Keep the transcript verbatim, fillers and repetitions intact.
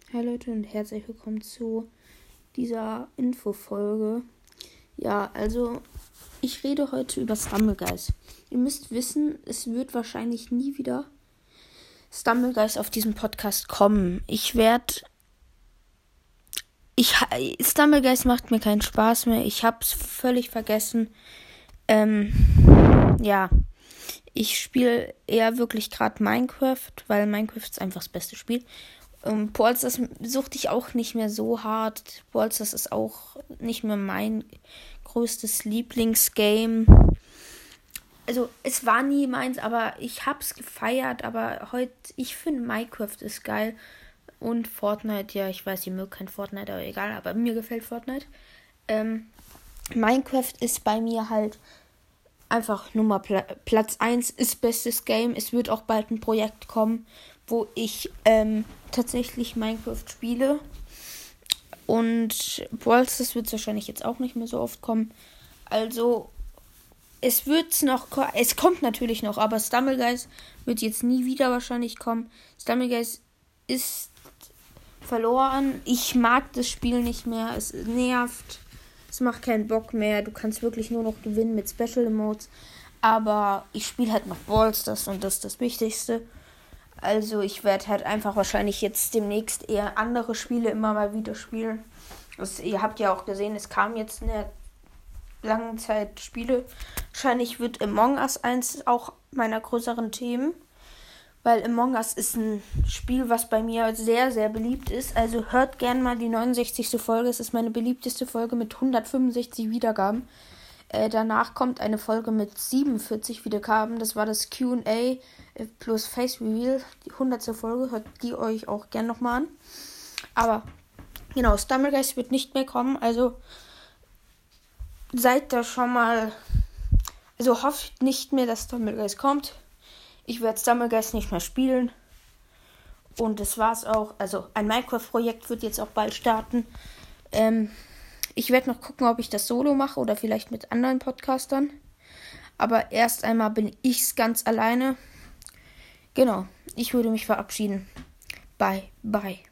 Hi Leute und herzlich willkommen zu dieser Infofolge. Ja, also ich rede heute über Stumbleguys. Ihr müsst wissen, es wird wahrscheinlich nie wieder Stumbleguys auf diesem Podcast kommen. Ich werde... Ich, Stumbleguys macht mir keinen Spaß mehr. Ich habe es völlig vergessen. Ähm, ja, ich spiele eher wirklich gerade Minecraft, weil Minecraft ist einfach das beste Spiel. Um, Ballstars suchte ich auch nicht mehr so hart. Ballstars ist auch nicht mehr mein größtes Lieblingsgame. Also es war nie meins, aber ich hab's gefeiert. Aber heute, ich finde Minecraft ist geil. Und Fortnite, ja, ich weiß, ihr mögt kein Fortnite, aber egal. Aber mir gefällt Fortnite. Ähm, Minecraft ist bei mir halt einfach Nummer Pla- Platz eins, ist bestes Game. Es wird auch bald ein Projekt kommen, wo ich ähm, tatsächlich Minecraft spiele. Und Brawl Stars wird wahrscheinlich jetzt auch nicht mehr so oft kommen. Also, es wird noch, ko- es kommt natürlich noch, aber Stumbleguys wird jetzt nie wieder wahrscheinlich kommen. Stumbleguys ist verloren. Ich mag das Spiel nicht mehr. Es nervt. Es macht keinen Bock mehr. Du kannst wirklich nur noch gewinnen mit Special Emotes. Aber ich spiele halt noch Brawl Stars und das ist das Wichtigste. Also ich werde halt einfach wahrscheinlich jetzt demnächst eher andere Spiele immer mal wieder spielen. Das, ihr habt ja auch gesehen, es kam jetzt in der langen Zeit Spiele. Wahrscheinlich wird Among Us eins auch meiner größeren Themen. Weil Among Us ist ein Spiel, was bei mir sehr, sehr beliebt ist. Also hört gerne mal die neunundsechzigste Folge. Es ist meine beliebteste Folge mit hundertfünfundsechzig Wiedergaben. Äh, danach kommt eine Folge mit siebenundvierzig Wiedergaben. Das war das Q und A plus Face Reveal. Die hundertste Folge. Hört die euch auch gerne nochmal an. Aber genau, Stumbleguys wird nicht mehr kommen. Also seid da schon mal... Also hofft nicht mehr, dass Stumbleguys kommt. Ich werde Stumbleguys nicht mehr spielen. Und das war's auch. Also ein Minecraft-Projekt wird jetzt auch bald starten. Ähm, ich werde noch gucken, ob ich das solo mache oder vielleicht mit anderen Podcastern. Aber erst einmal bin ich's ganz alleine. Genau, ich würde mich verabschieden. Bye, bye.